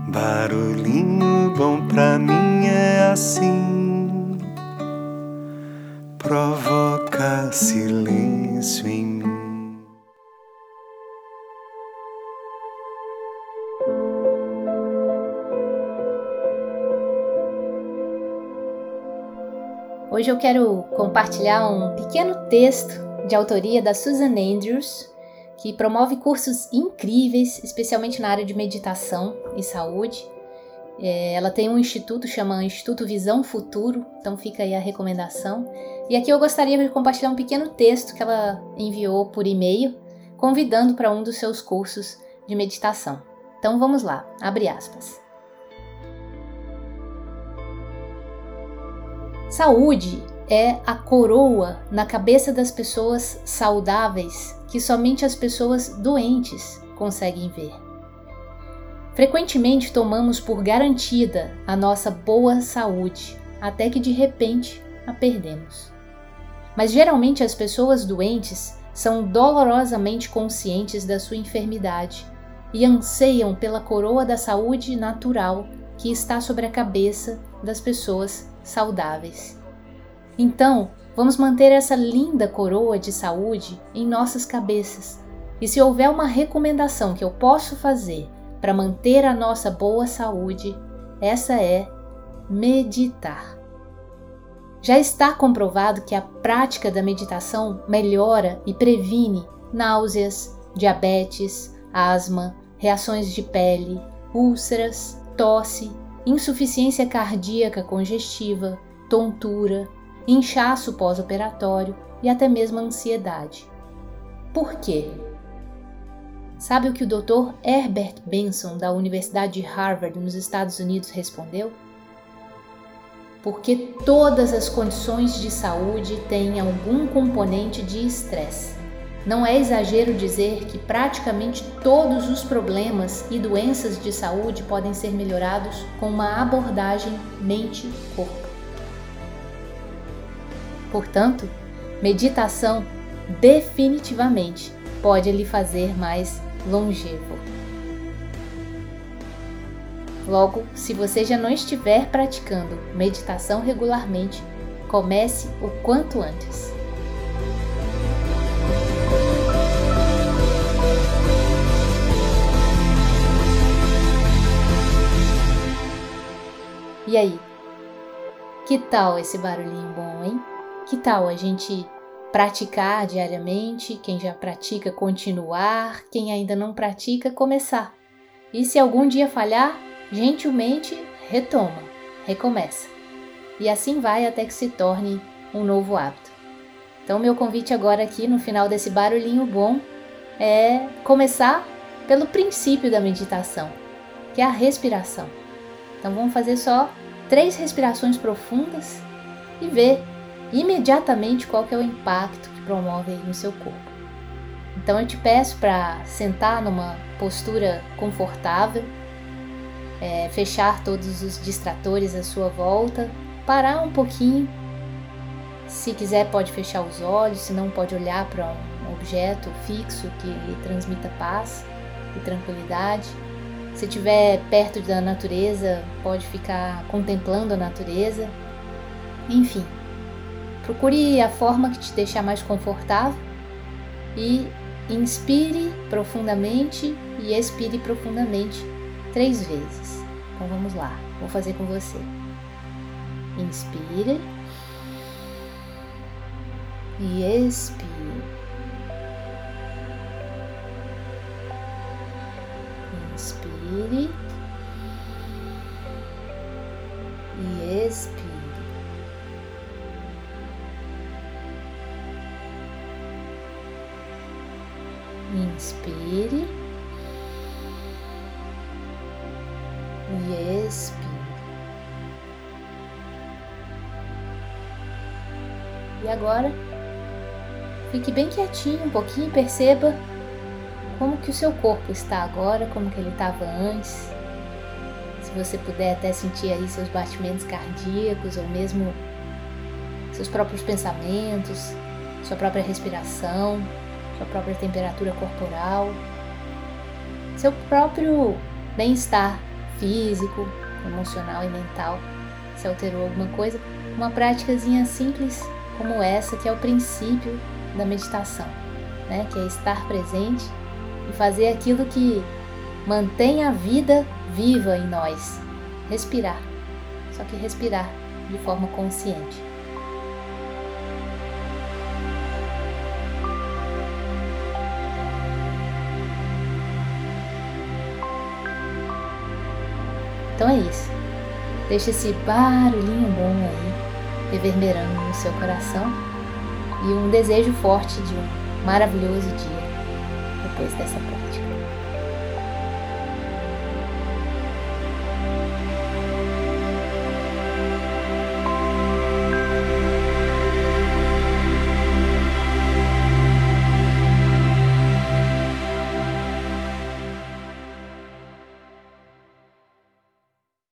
Barulhinho bom pra mim é assim, provoca silêncio em mim. Hoje eu quero compartilhar um pequeno texto de autoria da Susan Andrews, que promove cursos incríveis, especialmente na área de meditação e saúde. Ela tem um instituto, chama Instituto Visão Futuro, então fica aí a recomendação. E aqui eu gostaria de compartilhar um pequeno texto que ela enviou por e-mail, convidando para um dos seus cursos de meditação. Então vamos lá, abre aspas. Saúde é a coroa na cabeça das pessoas saudáveis que somente as pessoas doentes conseguem ver. Frequentemente tomamos por garantida a nossa boa saúde, até que de repente a perdemos. Mas geralmente as pessoas doentes são dolorosamente conscientes da sua enfermidade e anseiam pela coroa da saúde natural que está sobre a cabeça das pessoas saudáveis. Então, vamos manter essa linda coroa de saúde em nossas cabeças. E se houver uma recomendação que eu posso fazer para manter a nossa boa saúde, essa é meditar. Já está comprovado que a prática da meditação melhora e previne náuseas, diabetes, asma, reações de pele, úlceras, tosse, insuficiência cardíaca congestiva, tontura, inchaço pós-operatório e até mesmo ansiedade. Por quê? Sabe o que o Dr. Herbert Benson, da Universidade de Harvard, nos Estados Unidos, respondeu? Porque todas as condições de saúde têm algum componente de estresse. Não é exagero dizer que praticamente todos os problemas e doenças de saúde podem ser melhorados com uma abordagem mente-corpo. Portanto, meditação definitivamente pode lhe fazer mais longevo. Logo, se você já não estiver praticando meditação regularmente, comece o quanto antes. E aí? Que tal esse barulhinho bom, hein? Que tal a gente praticar diariamente? Quem já pratica, continuar. Quem ainda não pratica, começar. E se algum dia falhar, gentilmente retoma, recomeça. E assim vai até que se torne um novo hábito. Então, meu convite agora aqui no final desse barulhinho bom é começar pelo princípio da meditação, que é a respiração. Então vamos fazer só 3 respirações profundas e ver imediatamente qual que é o impacto que promove aí no seu corpo. Então eu te peço para sentar numa postura confortável, fechar todos os distratores à sua volta, parar um pouquinho. Se quiser pode fechar os olhos, se não pode olhar para um objeto fixo que lhe transmita paz e tranquilidade. Se estiver perto da natureza, pode ficar contemplando a natureza. Enfim, procure a forma que te deixar mais confortável e inspire profundamente e expire profundamente 3 vezes. Então vamos lá, vou fazer com você. Inspire e expire. Inspire e expire. Inspire e expire. E agora, fique bem quietinho um pouquinho e perceba como que o seu corpo está agora, como que ele estava antes. Se você puder até sentir aí seus batimentos cardíacos ou mesmo seus próprios pensamentos, sua própria respiração, sua própria temperatura corporal, seu próprio bem-estar físico, emocional e mental, se alterou alguma coisa, uma práticazinha simples como essa, que é o princípio da meditação, né? Que é estar presente e fazer aquilo que mantém a vida viva em nós, respirar, só que respirar de forma consciente. Então é isso. Deixa esse barulhinho bom aí reverberando no seu coração e um desejo forte de um maravilhoso dia depois dessa prática.